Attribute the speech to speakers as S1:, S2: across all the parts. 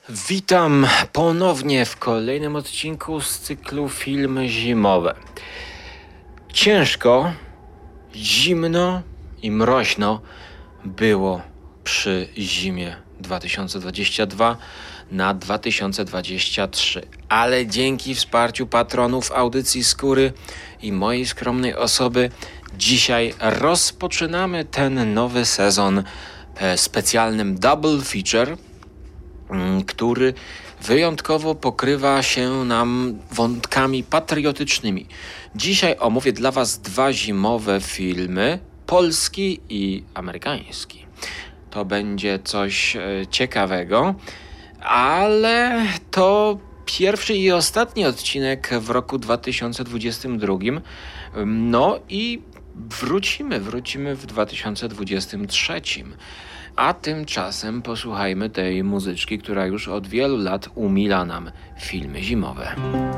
S1: Witam ponownie w kolejnym odcinku z cyklu Filmy Zimowe. Ciężko, zimno i mroźno było przy zimie 2022 na 2023, ale dzięki wsparciu patronów audycji Skóry i mojej skromnej osoby dzisiaj rozpoczynamy ten nowy sezon specjalnym double feature, który wyjątkowo pokrywa się nam wątkami patriotycznymi. Dzisiaj omówię dla Was dwa zimowe filmy, polski i amerykański. To będzie coś ciekawego, ale to pierwszy i ostatni odcinek w roku 2022. No i wrócimy w 2023. A tymczasem posłuchajmy tej muzyczki, która już od wielu lat umila nam filmy zimowe.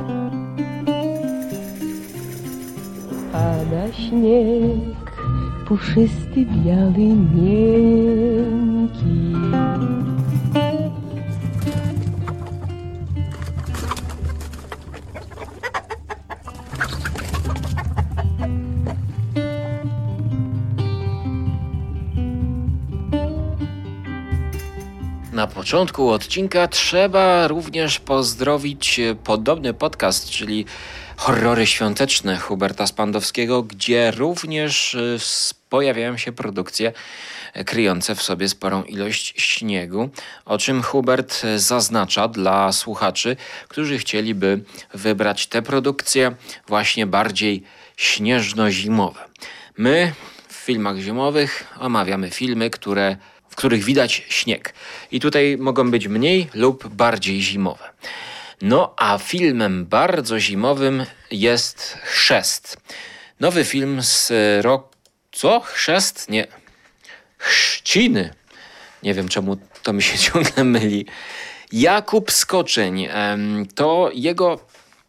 S2: Pada śnieg, puszysty, biały, miękki.
S1: Na początku odcinka trzeba również pozdrowić podobny podcast, czyli Horrory Świąteczne Huberta Spandowskiego, gdzie również pojawiają się produkcje kryjące w sobie sporą ilość śniegu, o czym Hubert zaznacza dla słuchaczy, którzy chcieliby wybrać te produkcje właśnie bardziej śnieżno-zimowe. My w filmach zimowych omawiamy filmy, w których widać śnieg. I tutaj mogą być mniej lub bardziej zimowe. No a filmem bardzo zimowym jest Chrzest. Nowy film z roku... Co? Chrzest? Nie. Chrzciny. Nie wiem, czemu to mi się ciągle myli. Jakub Skoczeń. To jego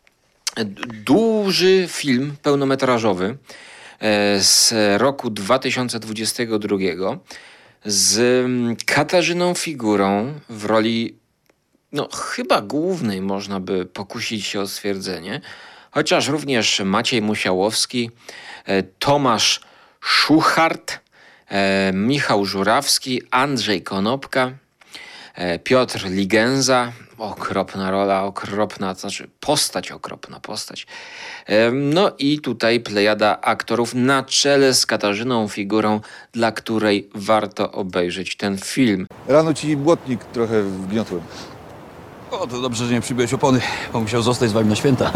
S1: duży film pełnometrażowy z roku 2022 z Katarzyną Figurą w roli chyba głównej, można by pokusić się o stwierdzenie, chociaż również Maciej Musiałowski, Tomasz Szuchart, Michał Żurawski, Andrzej Konopka, Piotr Ligenza, okropna rola, okropna postać. No i tutaj plejada aktorów na czele z Katarzyną Figurą, dla której warto obejrzeć ten film.
S3: Rano ci błotnik trochę wgniotłem.
S4: O, to dobrze, że nie przybiłeś opony, bo musiał zostać z wami na święta.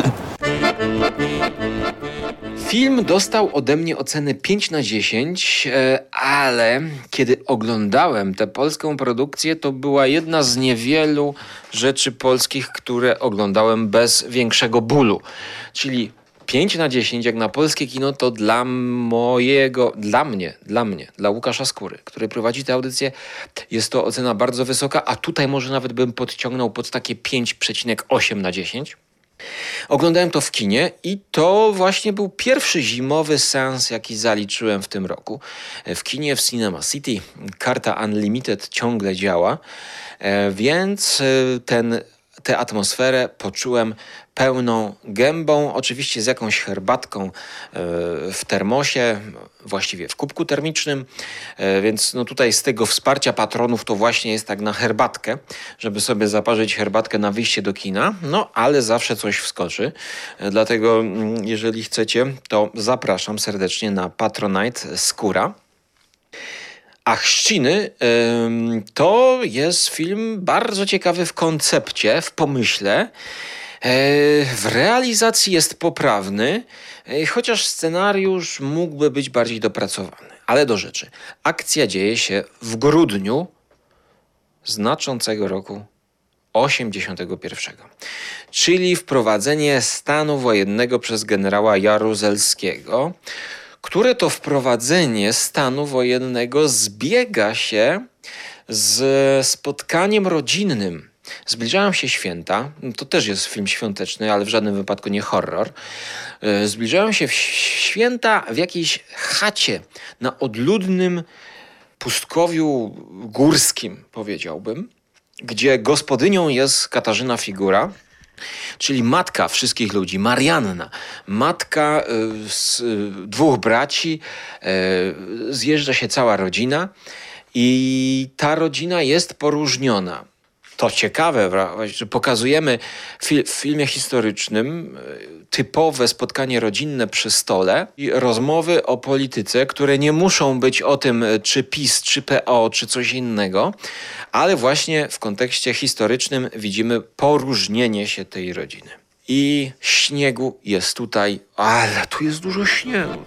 S1: Film dostał ode mnie oceny 5/10, ale kiedy oglądałem tę polską produkcję, to była jedna z niewielu rzeczy polskich, które oglądałem bez większego bólu. Czyli 5/10 jak na polskie kino to dla Łukasza Skóry, który prowadzi tę audycję, jest to ocena bardzo wysoka, a tutaj może nawet bym podciągnął pod takie 5,8/10. Oglądałem to w kinie i to właśnie był pierwszy zimowy seans, jaki zaliczyłem w tym roku. W kinie w Cinema City karta Unlimited ciągle działa, więc tę atmosferę poczułem pełną gębą, oczywiście z jakąś herbatką w termosie, właściwie w kubku termicznym, więc tutaj z tego wsparcia patronów to właśnie jest tak na herbatkę, żeby sobie zaparzyć herbatkę na wyjście do kina, ale zawsze coś wskoczy, dlatego jeżeli chcecie, to zapraszam serdecznie na Patronite Skóra. A Chrzciny to jest film bardzo ciekawy w koncepcie, w pomyśle. W realizacji jest poprawny, chociaż scenariusz mógłby być bardziej dopracowany. Ale do rzeczy. Akcja dzieje się w grudniu znaczącego roku 81. Czyli wprowadzenie stanu wojennego przez generała Jaruzelskiego, które to wprowadzenie stanu wojennego zbiega się z spotkaniem rodzinnym. Zbliżają się święta, to też jest film świąteczny, ale w żadnym wypadku nie horror. Zbliżają się święta w jakiejś chacie na odludnym pustkowiu górskim, powiedziałbym. gdzie gospodynią jest Katarzyna Figura, czyli matka wszystkich ludzi, Marianna, matka z dwóch braci, zjeżdża się cała rodzina i ta rodzina jest poróżniona. To ciekawe, że pokazujemy w filmie historycznym typowe spotkanie rodzinne przy stole i rozmowy o polityce, które nie muszą być o tym, czy PiS, czy PO, czy coś innego, ale właśnie w kontekście historycznym widzimy poróżnienie się tej rodziny. I śniegu jest tutaj, ale tu jest dużo śniegu.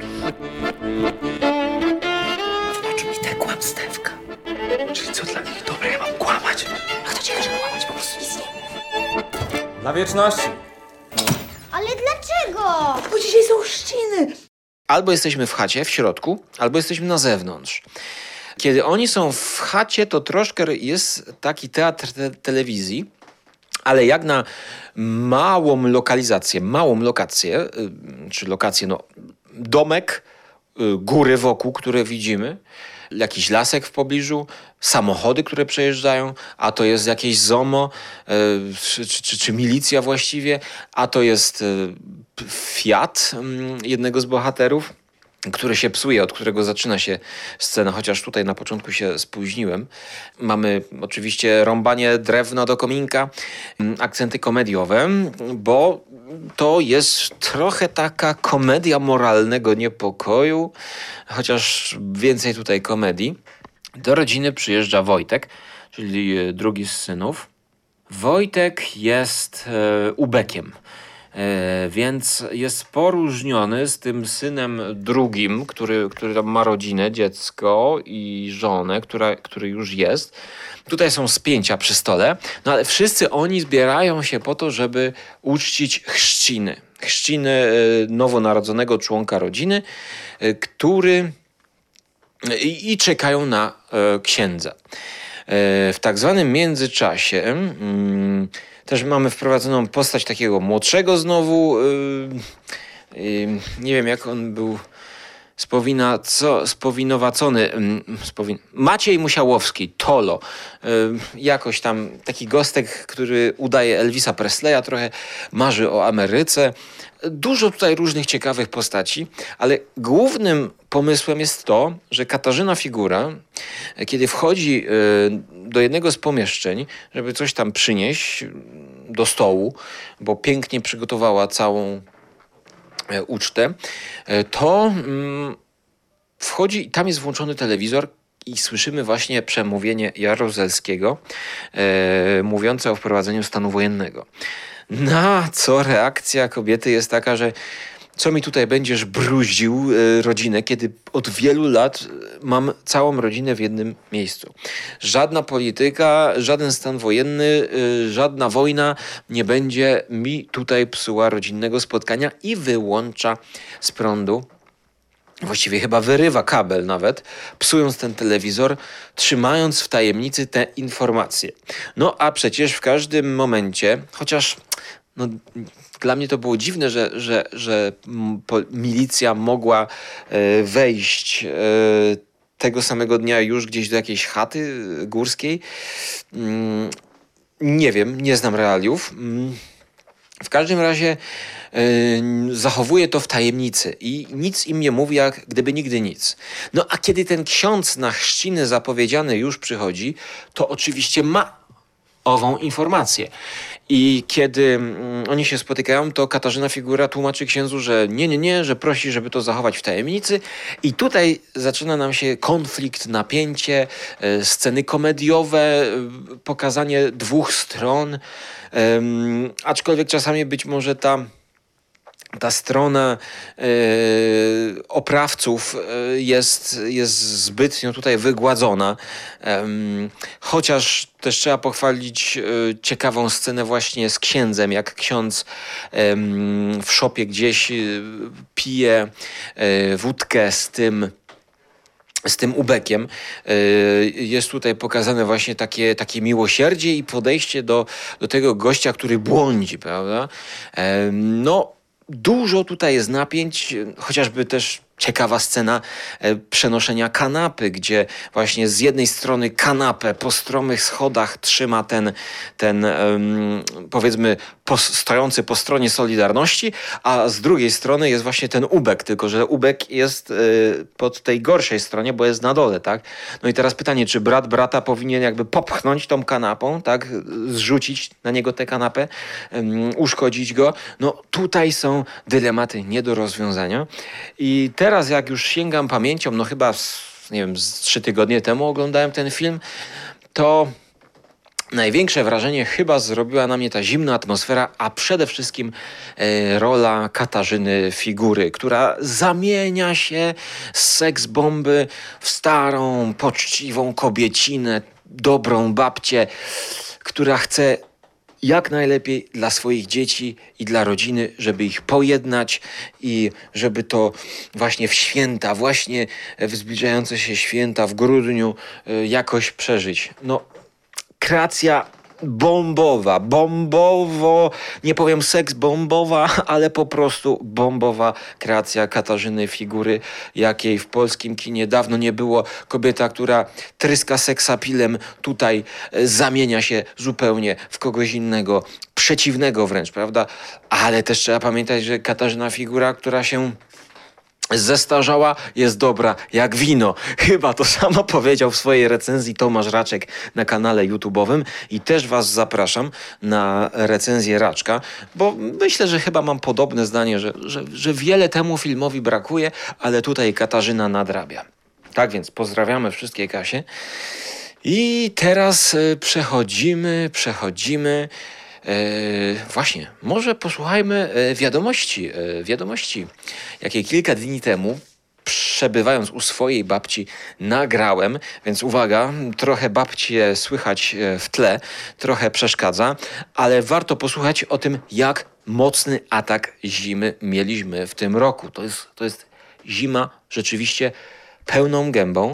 S5: Znaczy mi te kłamstewka.
S1: Czyli co dla nich dobre, ja mam kłamać?
S5: A kto ci każe kłamać? Po prostu nic nie mów.
S6: Dla wieczności.
S7: Ale dlaczego?
S5: Bo dzisiaj są chrzciny.
S1: Albo jesteśmy w chacie, w środku, albo jesteśmy na zewnątrz. Kiedy oni są w chacie, to troszkę jest taki teatr telewizji, ale jak na małą lokację, czy lokację, no domek, góry wokół, które widzimy, jakiś lasek w pobliżu, samochody, które przejeżdżają, a to jest jakieś ZOMO, czy milicja właściwie, a to jest Fiat jednego z bohaterów, który się psuje, od którego zaczyna się scena, chociaż tutaj na początku się spóźniłem. Mamy oczywiście rąbanie drewna do kominka, akcenty komediowe, bo to jest trochę taka komedia moralnego niepokoju, chociaż więcej tutaj komedii. Do rodziny przyjeżdża Wojtek, czyli drugi z synów. Wojtek jest ubekiem. Więc jest poróżniony z tym synem drugim, który tam ma rodzinę, dziecko i żonę, który już jest. Tutaj są spięcia przy stole, no ale wszyscy oni zbierają się po to, żeby uczcić chrzciny nowonarodzonego członka rodziny, który i czekają na księdza. W tak zwanym międzyczasie też mamy wprowadzoną postać takiego młodszego znowu, nie wiem jak on był spowinowacony, Maciej Musiałowski, Tolo, jakoś tam taki gostek, który udaje Elvisa Presleya, trochę marzy o Ameryce. Dużo tutaj różnych ciekawych postaci, ale głównym pomysłem jest to, że Katarzyna Figura, kiedy wchodzi do jednego z pomieszczeń, żeby coś tam przynieść do stołu, bo pięknie przygotowała całą ucztę, to wchodzi i tam jest włączony telewizor i słyszymy właśnie przemówienie Jaruzelskiego mówiące o wprowadzeniu stanu wojennego. Na co reakcja kobiety jest taka, że co mi tutaj będziesz bruździł rodzinę, kiedy od wielu lat mam całą rodzinę w jednym miejscu. Żadna polityka, żaden stan wojenny, żadna wojna nie będzie mi tutaj psuła rodzinnego spotkania i wyłącza z prądu. Właściwie chyba wyrywa kabel nawet, psując ten telewizor, trzymając w tajemnicy te informacje. No a przecież w każdym momencie, chociaż no, dla mnie to było dziwne, że milicja mogła wejść tego samego dnia już gdzieś do jakiejś chaty górskiej. Nie wiem, nie znam realiów. W każdym razie zachowuje to w tajemnicy i nic im nie mówi, jak gdyby nigdy nic. No a kiedy ten ksiądz na chrzciny zapowiedziany już przychodzi, to oczywiście ma ową informację. I kiedy oni się spotykają, to Katarzyna Figura tłumaczy księdzu, że nie, że prosi, żeby to zachować w tajemnicy. I tutaj zaczyna nam się konflikt, napięcie, sceny komediowe, pokazanie dwóch stron. Aczkolwiek czasami być może ta strona oprawców jest zbytnio tutaj wygładzona. Chociaż też trzeba pochwalić ciekawą scenę właśnie z księdzem, jak ksiądz w szopie gdzieś pije wódkę z tym ubekiem. Jest tutaj pokazane właśnie takie miłosierdzie i podejście do tego gościa, który błądzi, prawda? No, dużo tutaj jest napięć, chociażby też Ciekawa scena przenoszenia kanapy, gdzie właśnie z jednej strony kanapę po stromych schodach trzyma ten powiedzmy stojący po stronie Solidarności, a z drugiej strony jest właśnie ten ubek, tylko że ubek jest pod tej gorszej stronie, bo jest na dole, tak? No i teraz pytanie, czy brat brata powinien jakby popchnąć tą kanapą, tak? Zrzucić na niego tę kanapę, uszkodzić go. No tutaj są dylematy nie do rozwiązania. I teraz jak już sięgam pamięcią, no chyba nie wiem, z 3 tygodnie temu oglądałem ten film, to największe wrażenie chyba zrobiła na mnie ta zimna atmosfera, a przede wszystkim rola Katarzyny Figury, która zamienia się z seksbomby w starą, poczciwą kobiecinę, dobrą babcię, która chce jak najlepiej dla swoich dzieci i dla rodziny, żeby ich pojednać i żeby to właśnie w święta, właśnie w zbliżające się święta w grudniu jakoś przeżyć. No, kreacja bombowo, nie powiem seks bombowa, ale po prostu bombowa kreacja Katarzyny Figury, jakiej w polskim kinie dawno nie było. Kobieta, która tryska seksapilem, tutaj zamienia się zupełnie w kogoś innego, przeciwnego wręcz, prawda? Ale też trzeba pamiętać, że Katarzyna Figura, która się zestarzała, jest dobra jak wino. Chyba to samo powiedział w swojej recenzji Tomasz Raczek na kanale YouTube'owym i też was zapraszam na recenzję Raczka, bo myślę, że chyba mam podobne zdanie, że wiele temu filmowi brakuje, ale tutaj Katarzyna nadrabia. Tak więc pozdrawiamy wszystkie Kasie. I teraz przechodzimy. Właśnie, może posłuchajmy wiadomości, jakie kilka dni temu, przebywając u swojej babci, nagrałem, więc uwaga, trochę babcie słychać w tle, trochę przeszkadza, ale warto posłuchać o tym, jak mocny atak zimy mieliśmy w tym roku. To jest zima rzeczywiście pełną gębą.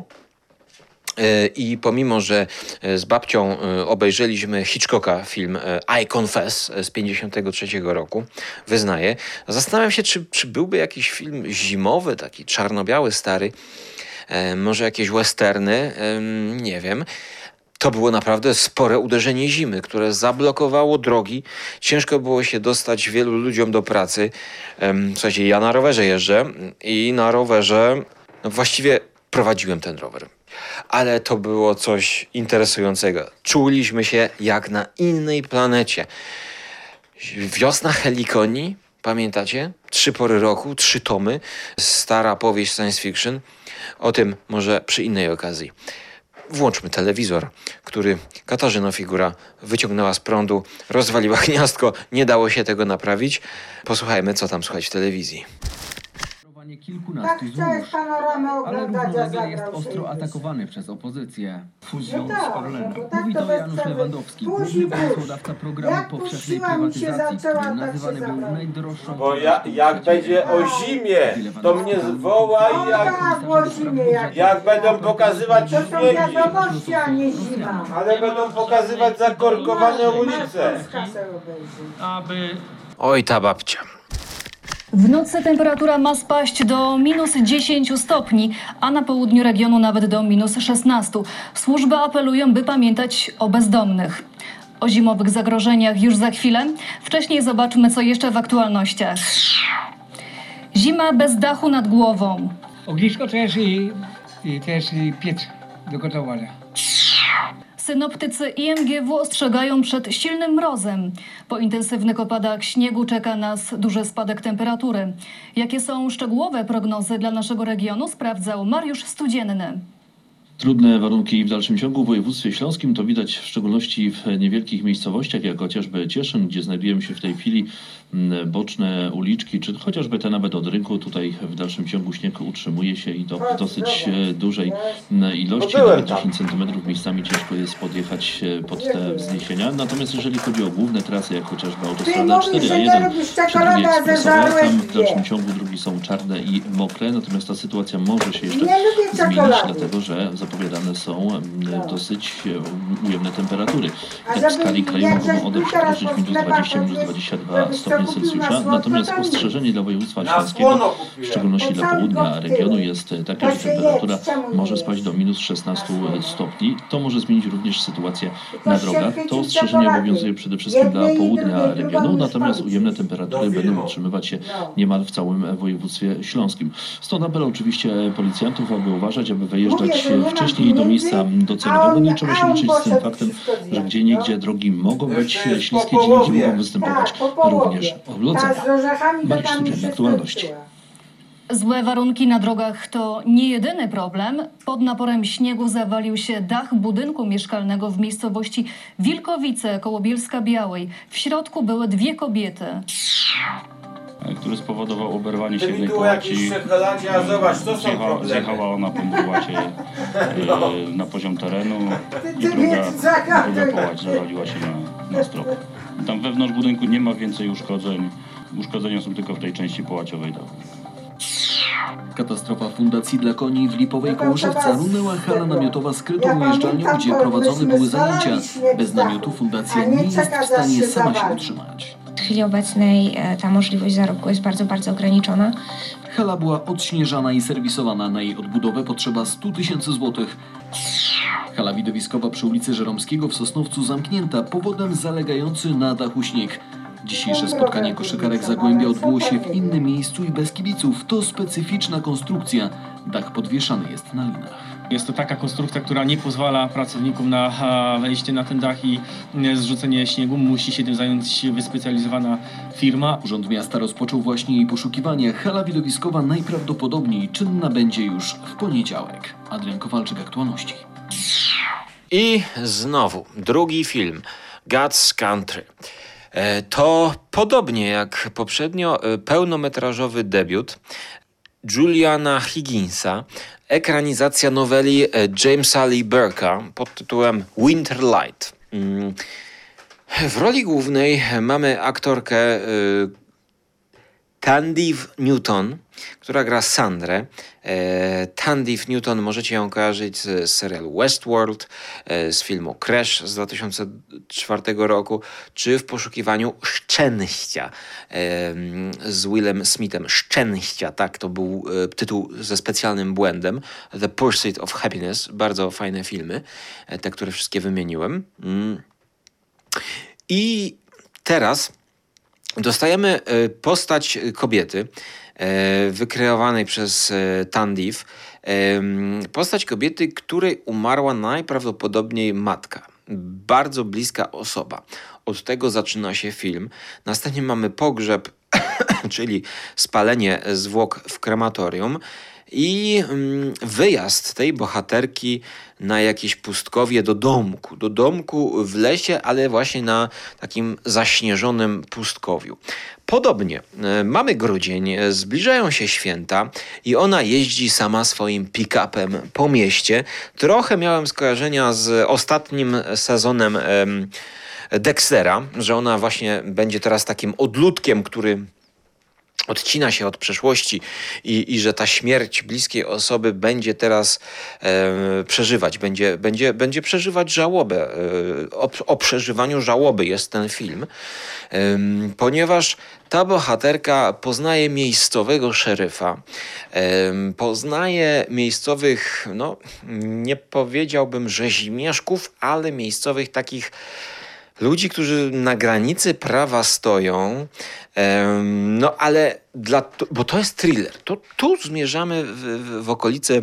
S1: I pomimo, że z babcią obejrzeliśmy Hitchcocka film I Confess z 1953 roku, wyznaję, zastanawiam się, czy byłby jakiś film zimowy, taki czarno-biały, stary, może jakieś westerny, nie wiem. To było naprawdę spore uderzenie zimy, które zablokowało drogi. Ciężko było się dostać wielu ludziom do pracy. Słuchajcie, ja na rowerze jeżdżę i na rowerze właściwie prowadziłem ten rower. Ale to było coś interesującego. Czuliśmy się jak na innej planecie. Wiosna Helikonii, pamiętacie? 3 pory roku, 3 tomy. Stara powieść science fiction. O tym może przy innej okazji. Włączmy telewizor, który Katarzyna Figura wyciągnęła z prądu, rozwaliła gniazdko, nie dało się tego naprawić. Posłuchajmy, co tam słychać w telewizji.
S6: Kilkunastu złóż, ale równolegle jest ostro atakowany przez opozycję. Fuzją z Orlenem. Mówi to Janusz Lewandowski, główny pomysłodawca programu powszechnej prywatyzacji, który nazywany był najdroższą...
S8: Bo jak będzie o zimie, to mnie zwoła i jak będą pokazywać śniegi, ale będą pokazywać zakorkowane ulice.
S1: Oj, ta babcia.
S9: W nocy temperatura ma spaść do -10 stopni, a na południu regionu nawet do -16. Służby apelują, by pamiętać o bezdomnych. O zimowych zagrożeniach już za chwilę. Wcześniej zobaczmy, co jeszcze w aktualnościach. Zima bez dachu nad głową.
S6: Ognisko też i piec do gotowania.
S9: Synoptycy IMGW ostrzegają przed silnym mrozem. Po intensywnych opadach śniegu czeka nas duży spadek temperatury. Jakie są szczegółowe prognozy dla naszego regionu, sprawdzał Mariusz Studzienny.
S10: Trudne warunki w dalszym ciągu w województwie śląskim to widać w szczególności w niewielkich miejscowościach, jak chociażby Cieszyn, gdzie znajdujemy się w tej chwili boczne uliczki, czy chociażby te nawet od rynku. Tutaj w dalszym ciągu śnieg utrzymuje się i to w dosyć dużej ilości, nawet 10 cm miejscami ciężko jest podjechać pod te wzniesienia. Natomiast jeżeli chodzi o główne trasy, jak chociażby autostrada 4A1 czy drogi ekspresowe, tam w dalszym ciągu drogi są czarne i mokre, natomiast ta sytuacja może się jeszcze zmienić, dlatego że zapowiadane są dosyć ujemne temperatury. Tak w skali kraju mogą one przekroczyć -20, -22 stopnie Celsjusza. Natomiast ostrzeżenie dla województwa śląskiego, w szczególności dla południa regionu, jest takie, że temperatura może spaść do -16 stopni. To może zmienić również sytuację na drogach. To ostrzeżenie obowiązuje przede wszystkim dla południa regionu, natomiast ujemne temperatury będą utrzymywać się niemal w całym województwie śląskim. Stąd apel oczywiście policjantów, aby uważać, aby wyjeżdżać wcześniej do miejsca docelowego. Nie trzeba się liczyć z tym faktem, że gdzieniegdzie drogi mogą być śliskie, gdzieniegdzie mogą występować również oblodzenia. Marek Studzienny, Aktualności.
S9: Złe warunki na drogach to nie jedyny problem. Pod naporem śniegu zawalił się dach budynku mieszkalnego w miejscowości Wilkowice koło Bielska-Białej. W środku były 2 kobiety.
S11: Który spowodował oberwanie się
S8: Gdyby
S11: jednej
S8: było jakieś
S11: połaci.
S8: szekeladzie, a zobacz, to są problemy.
S11: Zjechała ona po murłacie na poziom terenu i druga połać zawaliła się na strop. Tam wewnątrz budynku nie ma więcej uszkodzeń. Uszkodzenia są tylko w tej części połaciowej dachu.
S6: Katastrofa Fundacji dla Koni w Lipowej koło Szewca runęła hala namiotowa skrytą ujeżdżalnią, gdzie prowadzone były zajęcia. Bez namiotu fundacja nie jest w stanie sama się utrzymać.
S5: W chwili obecnej ta możliwość zarobku jest bardzo, bardzo ograniczona.
S6: Hala była odśnieżana i serwisowana. Na jej odbudowę potrzeba 100 000 złotych. Hala widowiskowa przy ulicy Żeromskiego w Sosnowcu zamknięta, powodem zalegający na dachu śnieg. Dzisiejsze spotkanie koszykarek Zagłębia odbyło się w innym miejscu i bez kibiców. To specyficzna konstrukcja. Dach podwieszany jest na linach.
S12: Jest to taka konstrukcja, która nie pozwala pracownikom na wejście na ten dach i zrzucenie śniegu. Musi się tym zająć wyspecjalizowana firma.
S6: Urząd Miasta rozpoczął właśnie jej poszukiwanie. Hala widowiskowa najprawdopodobniej czynna będzie już w poniedziałek. Adrian Kowalczyk, Aktualności.
S1: I znowu drugi film, God's Country. To podobnie jak poprzednio pełnometrażowy debiut Juliana Higginsa, ekranizacja noweli Jamesa Lee Burke'a pod tytułem Winterlight. W roli głównej mamy aktorkę Tandive Newton, która gra Sandrę. Tandive Newton możecie ją kojarzyć z serialu Westworld, z filmu Crash z 2004 roku, czy w Poszukiwaniu Szczęścia z Willem Smithem. Szczęścia, tak, to był tytuł ze specjalnym błędem. The Pursuit of Happiness. Bardzo fajne filmy, te, które wszystkie wymieniłem. I teraz dostajemy postać kobiety wykreowanej przez Tandive. Postać kobiety, której umarła najprawdopodobniej matka. Bardzo bliska osoba. Od tego zaczyna się film. Następnie mamy pogrzeb, czyli spalenie zwłok w krematorium i wyjazd tej bohaterki na jakieś pustkowie do domku w lesie, ale właśnie na takim zaśnieżonym pustkowiu. Podobnie, mamy grudzień, zbliżają się święta i ona jeździ sama swoim pick-upem po mieście. Trochę miałem skojarzenia z ostatnim sezonem Dextera, że ona właśnie będzie teraz takim odludkiem, który odcina się od przeszłości i że ta śmierć bliskiej osoby będzie teraz przeżywać, będzie przeżywać żałobę. O przeżywaniu żałoby jest ten film, ponieważ ta bohaterka poznaje miejscowego szeryfa, poznaje miejscowych, no nie powiedziałbym rzezimieszków, ale miejscowych takich ludzi, którzy na granicy prawa stoją, no ale bo to jest thriller. Tu zmierzamy w okolice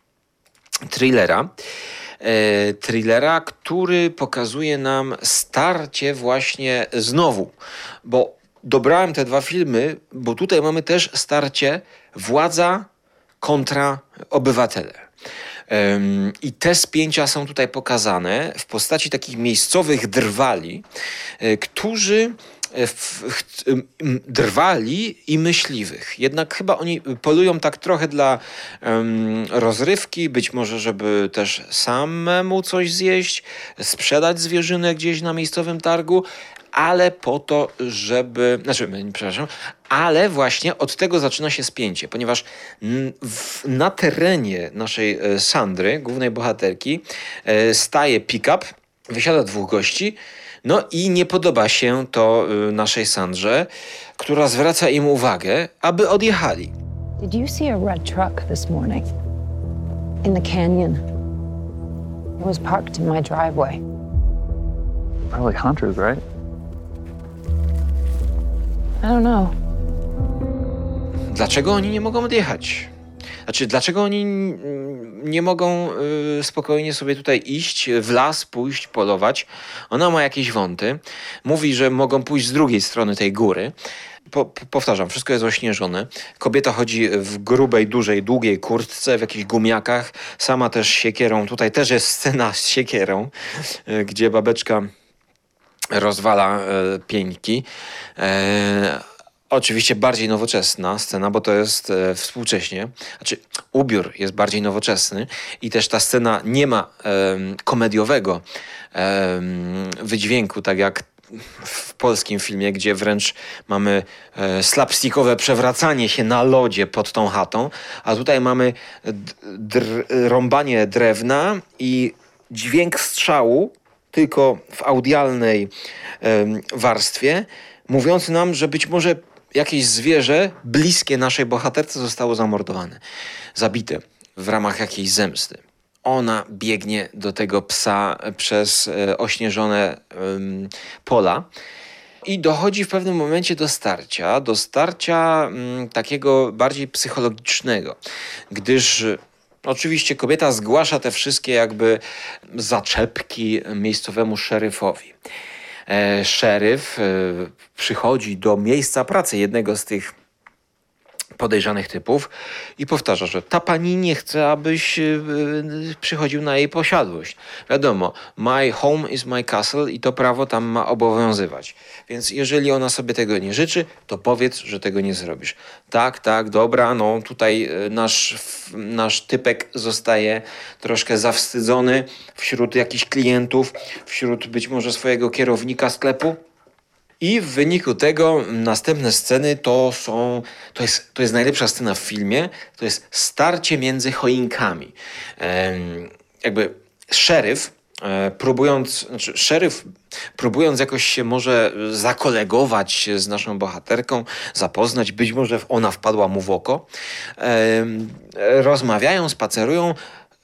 S1: thrillera, który pokazuje nam starcie właśnie znowu, bo dobrałem te 2 filmy, bo tutaj mamy też starcie władza kontra obywatele. I te spięcia są tutaj pokazane w postaci takich miejscowych drwali, którzy drwali i myśliwych. Jednak chyba oni polują tak trochę dla rozrywki, być może żeby też samemu coś zjeść, sprzedać zwierzynę gdzieś na miejscowym targu, ale po to, ale właśnie od tego zaczyna się spięcie, ponieważ na terenie naszej Sandry, głównej bohaterki, staje pick-up, wysiada 2 gości, no i nie podoba się to naszej Sandrze, która zwraca im uwagę, aby odjechali.
S2: Did you see a red truck this morning? In the canyon. It was parked in my driveway.
S13: Probably hunters, right?
S2: I don't know.
S1: Dlaczego oni nie mogą odjechać? Znaczy, dlaczego oni nie mogą spokojnie sobie tutaj iść, w las pójść, polować? Ona ma jakieś wąty. Mówi, że mogą pójść z drugiej strony tej góry. Powtarzam, wszystko jest ośnieżone. Kobieta chodzi w grubej, dużej, długiej kurtce, w jakichś gumiakach. Sama też siekierą. Tutaj też jest scena z siekierą, gdzie babeczka rozwala pieńki. Oczywiście bardziej nowoczesna scena, bo to jest współcześnie. Znaczy, ubiór jest bardziej nowoczesny i też ta scena nie ma komediowego wydźwięku, tak jak w polskim filmie, gdzie wręcz mamy slapstickowe przewracanie się na lodzie pod tą chatą, a tutaj mamy rąbanie drewna i dźwięk strzału tylko w audialnej warstwie, mówiący nam, że być może jakieś zwierzę bliskie naszej bohaterce zostało zamordowane, zabite w ramach jakiejś zemsty. Ona biegnie do tego psa przez ośnieżone pola i dochodzi w pewnym momencie do starcia takiego bardziej psychologicznego, gdyż oczywiście kobieta zgłasza te wszystkie jakby zaczepki miejscowemu szeryfowi. Szeryf przychodzi do miejsca pracy jednego z tych podejrzanych typów i powtarza, że ta pani nie chce, abyś przychodził na jej posiadłość. Wiadomo, my home is my castle i to prawo tam ma obowiązywać. Więc jeżeli ona sobie tego nie życzy, to powiedz, że tego nie zrobisz. Tak, dobra, no tutaj nasz typek zostaje troszkę zawstydzony wśród jakichś klientów, wśród być może swojego kierownika sklepu. I w wyniku tego następne sceny to jest najlepsza scena w filmie, to jest starcie między choinkami. Jakby szeryf, próbując jakoś się może zakolegować z naszą bohaterką, zapoznać, być może ona wpadła mu w oko, rozmawiają, spacerują,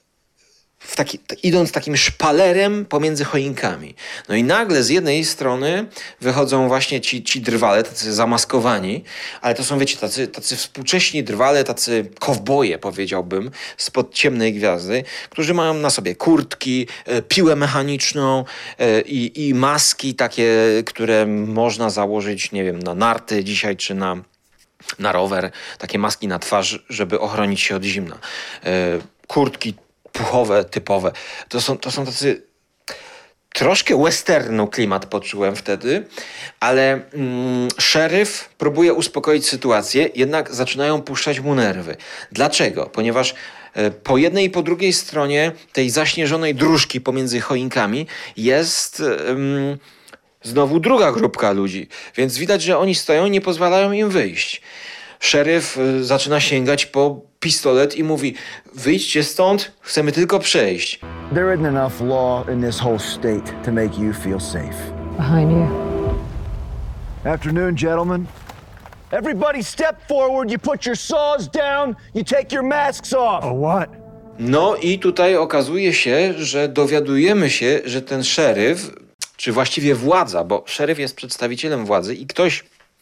S1: idąc takim szpalerem pomiędzy choinkami. No i nagle z jednej strony wychodzą właśnie ci drwale, tacy zamaskowani, ale to są, wiecie, tacy współcześni drwale, tacy kowboje, powiedziałbym, spod Ciemnej Gwiazdy, którzy mają na sobie kurtki, piłę mechaniczną i maski takie, które można założyć, nie wiem, na narty dzisiaj, czy na rower. Takie maski na twarz, żeby ochronić się od zimna. Kurtki puchowe, typowe. To są tacy... Troszkę westernu klimat poczułem wtedy, ale szeryf próbuje uspokoić sytuację, jednak zaczynają puszczać mu nerwy. Dlaczego? Ponieważ po jednej i po drugiej stronie tej zaśnieżonej dróżki pomiędzy choinkami jest znowu druga grupka ludzi, więc widać, że oni stoją i nie pozwalają im wyjść. Szeryf zaczyna sięgać po pistolet i mówi: wyjdźcie stąd, chcemy tylko przejść.
S14: There isn't enough law in this whole state to make you feel safe.
S2: Behind you.
S14: Afternoon, gentlemen. Everybody step forward, you put your saws down, you take your masks off.
S13: Oh, what?
S1: No i tutaj okazuje się, że dowiadujemy się, że ten szeryf, czy właściwie władza, bo szeryf jest przedstawicielem władzy i ktoś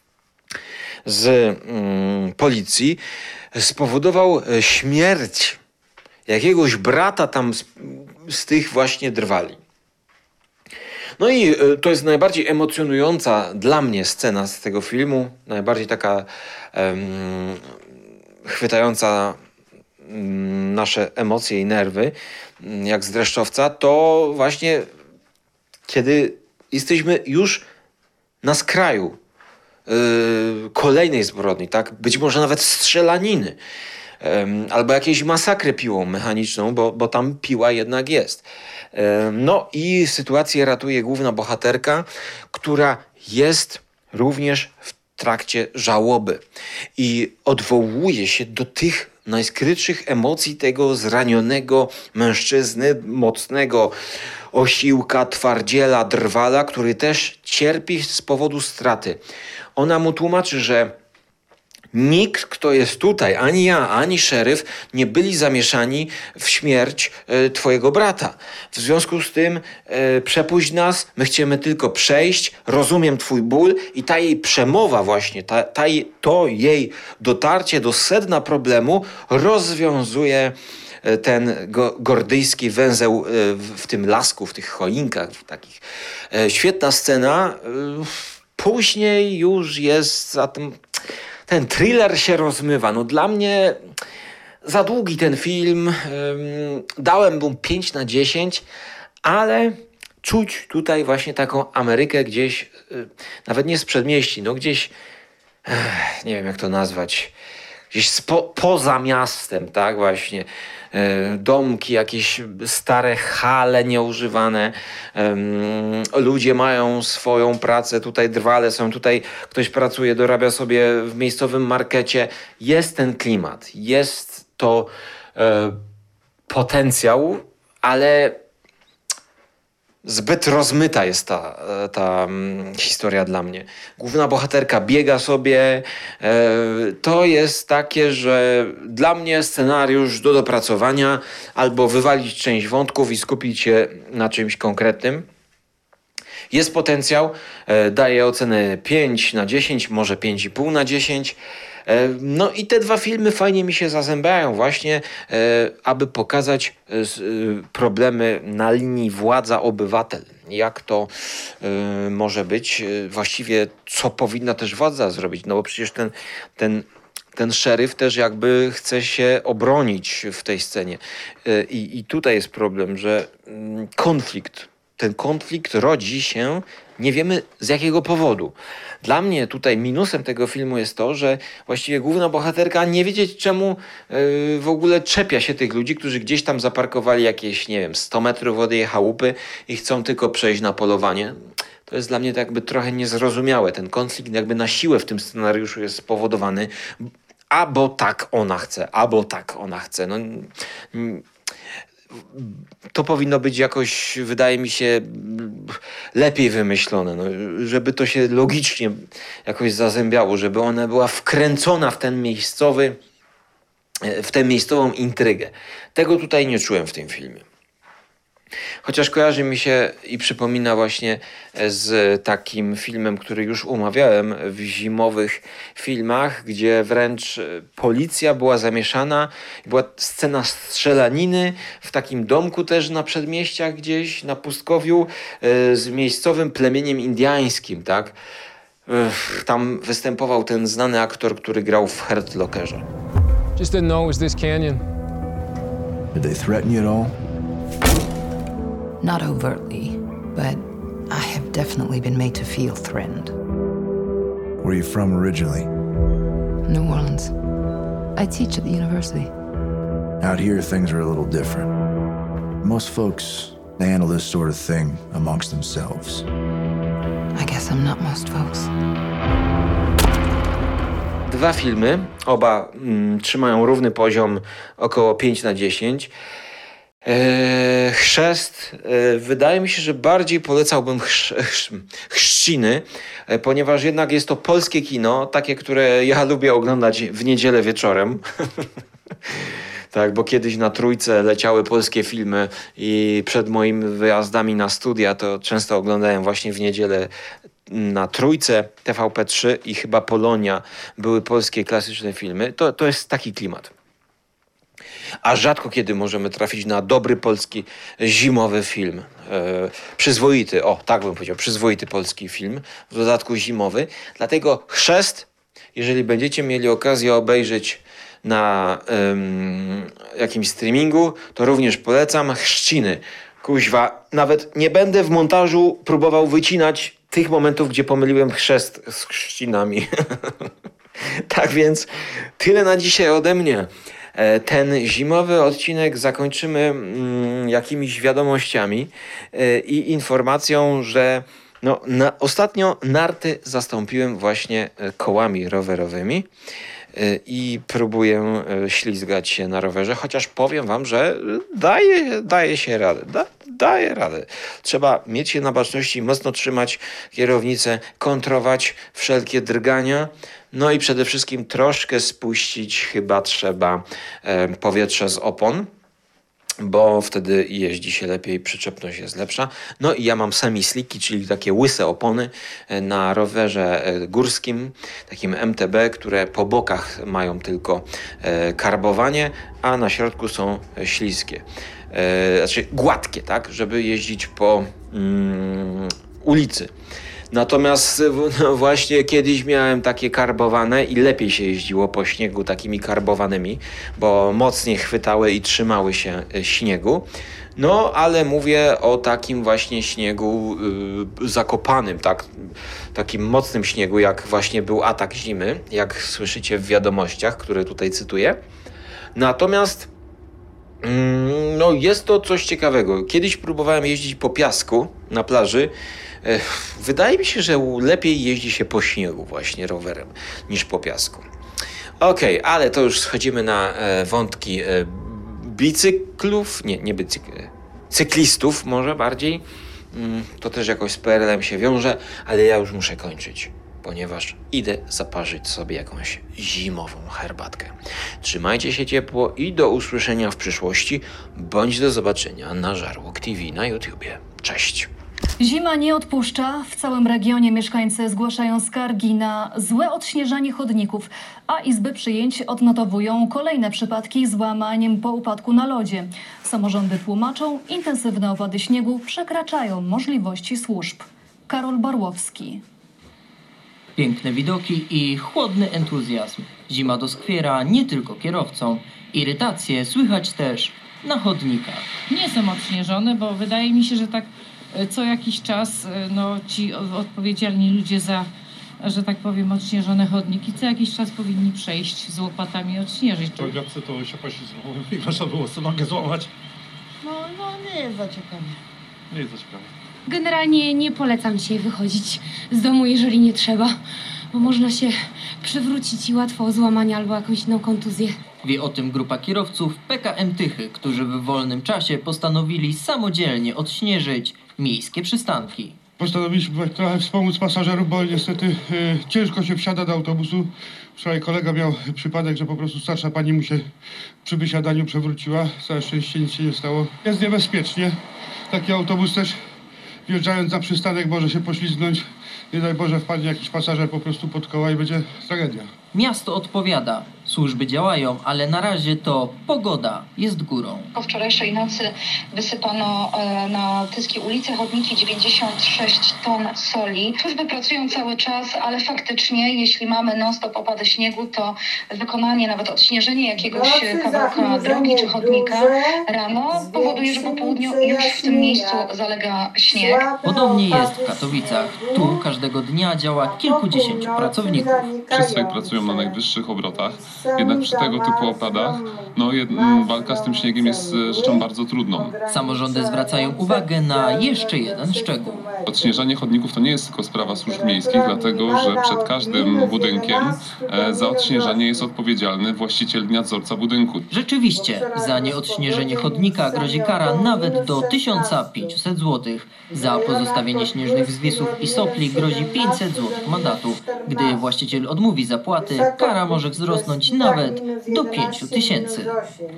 S1: z policji spowodował śmierć jakiegoś brata tam z tych właśnie drwali. No i to jest najbardziej emocjonująca dla mnie scena z tego filmu, najbardziej taka chwytająca nasze emocje i nerwy, jak z dreszczowca, to właśnie kiedy jesteśmy już na skraju kolejnej zbrodni, tak? Być może nawet strzelaniny. Albo jakiejś masakry piłą mechaniczną, bo tam piła jednak jest. No i sytuację ratuje główna bohaterka, która jest również w trakcie żałoby i odwołuje się do tych najskrytszych emocji tego zranionego mężczyzny, mocnego osiłka, twardziela, drwala, który też cierpi z powodu straty. Ona mu tłumaczy, że nikt, kto jest tutaj, ani ja, ani szeryf, nie byli zamieszani w śmierć twojego brata. W związku z tym przepuść nas, my chcemy tylko przejść, rozumiem twój ból i ta jej przemowa właśnie, to jej dotarcie do sedna problemu rozwiązuje ten gordyjski węzeł w tym lasku, w tych choinkach, w takich. Świetna scena. Później już jest za tym... Ten thriller się rozmywa. No dla mnie za długi ten film. Dałem mu 5/10, ale czuć tutaj właśnie taką Amerykę gdzieś, nawet nie z przedmieści, no gdzieś, nie wiem jak to nazwać, gdzieś poza miastem, tak właśnie. Domki, jakieś stare hale nieużywane, ludzie mają swoją pracę, tutaj drwale są, tutaj ktoś pracuje, dorabia sobie w miejscowym markecie. Jest ten klimat, jest to potencjał, ale zbyt rozmyta jest ta historia dla mnie. Główna bohaterka biega sobie. To jest takie, że dla mnie scenariusz do dopracowania albo wywalić część wątków i skupić się na czymś konkretnym. Jest potencjał. Daję ocenę 5/10, może 5,5/10. No i te dwa filmy fajnie mi się zazębiają właśnie, aby pokazać problemy na linii władza-obywatel. Jak to może być? Właściwie co powinna też władza zrobić? No bo przecież ten szeryf też jakby chce się obronić w tej scenie. I tutaj jest problem, że ten konflikt rodzi się, nie wiemy z jakiego powodu. Dla mnie tutaj minusem tego filmu jest to, że właściwie główna bohaterka nie wiedzieć czemu w ogóle czepia się tych ludzi, którzy gdzieś tam zaparkowali jakieś, nie wiem, 100 metrów od jej chałupy i chcą tylko przejść na polowanie. To jest dla mnie tak jakby trochę niezrozumiałe. Ten konflikt jakby na siłę w tym scenariuszu jest spowodowany. Albo tak ona chce. No, to powinno być jakoś, wydaje mi się, lepiej wymyślone, no, żeby to się logicznie jakoś zazębiało, żeby ona była wkręcona w tę miejscową intrygę. Tego tutaj nie czułem w tym filmie. Chociaż kojarzy mi się i przypomina właśnie z takim filmem, który już omawiałem w zimowych filmach, gdzie wręcz policja była zamieszana. Była scena strzelaniny w takim domku też na przedmieściach gdzieś, na pustkowiu z miejscowym plemieniem indiańskim, tak? Tam występował ten znany aktor, który grał w Hurt Lockerze.
S15: Just didn't know it was this canyon.
S14: Did they threaten you at all?
S2: Not overtly, but I have definitely been made to feel threatened.
S14: Where are you from originally?
S2: New Orleans. I teach at the university.
S14: Out here, things are a little different. Most folks, they handle this sort of thing amongst themselves.
S2: I guess I'm not most folks.
S1: Dwa filmy, oba trzymają równy poziom, około 5/10. Chrzest, wydaje mi się, że bardziej polecałbym Chrzciny, ponieważ jednak jest to polskie kino, takie, które ja lubię oglądać w niedzielę wieczorem. Tak, bo kiedyś na Trójce leciały polskie filmy i przed moimi wyjazdami na studia to często oglądałem właśnie w niedzielę na Trójce, TVP3 i chyba Polonia były polskie klasyczne filmy. To jest taki klimat. A rzadko kiedy możemy trafić na dobry polski zimowy film. Przyzwoity, tak bym powiedział, przyzwoity polski film, w dodatku zimowy. Dlatego Chrzest, jeżeli będziecie mieli okazję obejrzeć na jakimś streamingu, to również polecam. Chrzciny. Kuźwa, nawet nie będę w montażu próbował wycinać tych momentów, gdzie pomyliłem chrzest z chrzcinami. Tak więc tyle na dzisiaj ode mnie. Ten zimowy odcinek zakończymy jakimiś wiadomościami i informacją, że ostatnio narty zastąpiłem właśnie kołami rowerowymi i próbuję ślizgać się na rowerze, chociaż powiem wam, że daje się radę. Daje radę. Trzeba mieć się na baczności, mocno trzymać kierownicę, kontrować wszelkie drgania, no i przede wszystkim troszkę spuścić chyba trzeba powietrze z opon, bo wtedy jeździ się lepiej, przyczepność jest lepsza. No i ja mam semi-slicki, czyli takie łyse opony na rowerze górskim, takim MTB, które po bokach mają tylko karbowanie, a na środku są śliskie. Znaczy gładkie, tak, żeby jeździć po ulicy. Natomiast właśnie kiedyś miałem takie karbowane i lepiej się jeździło po śniegu takimi karbowanymi, bo mocniej chwytały i trzymały się śniegu. No, ale mówię o takim właśnie śniegu zakopanym, tak? Takim mocnym śniegu, jak właśnie był atak zimy, jak słyszycie w wiadomościach, które tutaj cytuję. Natomiast jest to coś ciekawego. Kiedyś próbowałem jeździć po piasku na plaży. Wydaje mi się, że lepiej jeździ się po śniegu właśnie rowerem niż po piasku. Okej, ale to już schodzimy na wątki bicyklów, nie cyklistów może bardziej. To też jakoś z PRL-em się wiąże, ale ja już muszę kończyć, ponieważ idę zaparzyć sobie jakąś zimową herbatkę. Trzymajcie się ciepło i do usłyszenia w przyszłości, bądź do zobaczenia na Żarłok TV na YouTubie. Cześć!
S9: Zima nie odpuszcza. W całym regionie mieszkańcy zgłaszają skargi na złe odśnieżanie chodników, a izby przyjęć odnotowują kolejne przypadki z łamaniem po upadku na lodzie. Samorządy tłumaczą, intensywne opady śniegu przekraczają możliwości służb. Karol Barłowski.
S16: Piękne widoki i chłodny entuzjazm. Zima doskwiera nie tylko kierowcom. Irytacje słychać też na chodnikach.
S17: Nie są odśnieżone, bo wydaje mi się, że tak co jakiś czas ci odpowiedzialni ludzie za, że tak powiem, odśnieżone chodniki co jakiś czas powinni przejść z łopatami i odśnieżyć.
S18: Chodnicy to się poślizgnął i można było sobie nogę złamać.
S19: No nie jest za ciekawie.
S18: Nie jest za ciekawe.
S20: Generalnie nie polecam dzisiaj wychodzić z domu, jeżeli nie trzeba, bo można się przewrócić i łatwo o złamanie albo jakąś inną kontuzję.
S16: Wie o tym grupa kierowców PKM Tychy, którzy w wolnym czasie postanowili samodzielnie odśnieżyć miejskie przystanki.
S18: Postanowiliśmy trochę wspomóc pasażerów, bo niestety ciężko się wsiada do autobusu. Wczoraj kolega miał przypadek, że po prostu starsza pani mu się przy wysiadaniu przewróciła. Całe szczęście nic się nie stało. Jest niebezpiecznie. Taki autobus też wjeżdżając na przystanek może się poślizgnąć. Nie daj Boże wpadnie jakiś pasażer po prostu pod koła i będzie tragedia.
S16: Miasto odpowiada. Służby działają, ale na razie to pogoda jest górą.
S21: Po wczorajszej nocy wysypano na Tyskie ulice, chodniki 96 ton soli. Służby pracują cały czas, ale faktycznie jeśli mamy non-stop opady śniegu, to wykonanie, nawet odśnieżenie jakiegoś kawałka drogi czy chodnika rano powoduje, że po południu już w tym miejscu zalega śnieg.
S16: Podobnie jest w Katowicach. Tu każdego dnia działa kilkudziesięciu pracowników.
S22: Wszyscy pracują na najwyższych obrotach, jednak przy tego typu opadach walka z tym śniegiem jest rzeczą bardzo trudną.
S16: Samorządy zwracają uwagę na jeszcze jeden szczegół.
S22: Odśnieżanie chodników to nie jest tylko sprawa służb miejskich, dlatego że przed każdym budynkiem za odśnieżanie jest odpowiedzialny właściciel i nadzorca budynku.
S16: Rzeczywiście, za nieodśnieżenie chodnika grozi kara nawet do 1500 zł. Za pozostawienie śnieżnych zwisów i sopli grozi 500 zł mandatu. Gdy właściciel odmówi zapłaty, kara może wzrosnąć nawet do 5000.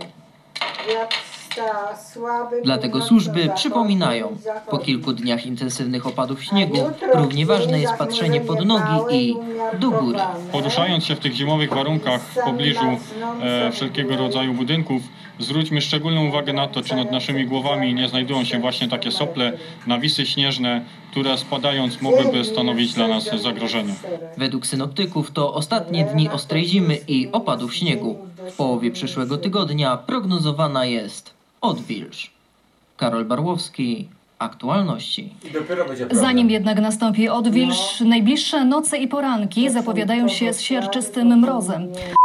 S16: Dlatego służby przypominają, po kilku dniach intensywnych opadów śniegu równie ważne jest patrzenie pod nogi i do góry.
S18: Poruszając się w tych zimowych warunkach w pobliżu wszelkiego rodzaju budynków, zwróćmy szczególną uwagę na to, czy nad naszymi głowami nie znajdują się właśnie takie sople, nawisy śnieżne, które spadając mogłyby stanowić dla nas zagrożenie.
S16: Według synoptyków to ostatnie dni ostrej zimy i opadów śniegu. W połowie przyszłego tygodnia prognozowana jest odwilż. Karol Barłowski, Aktualności.
S8: I dopiero będzie problem.
S9: Zanim jednak nastąpi odwilż, najbliższe noce i poranki zapowiadają się z siarczystym mrozem.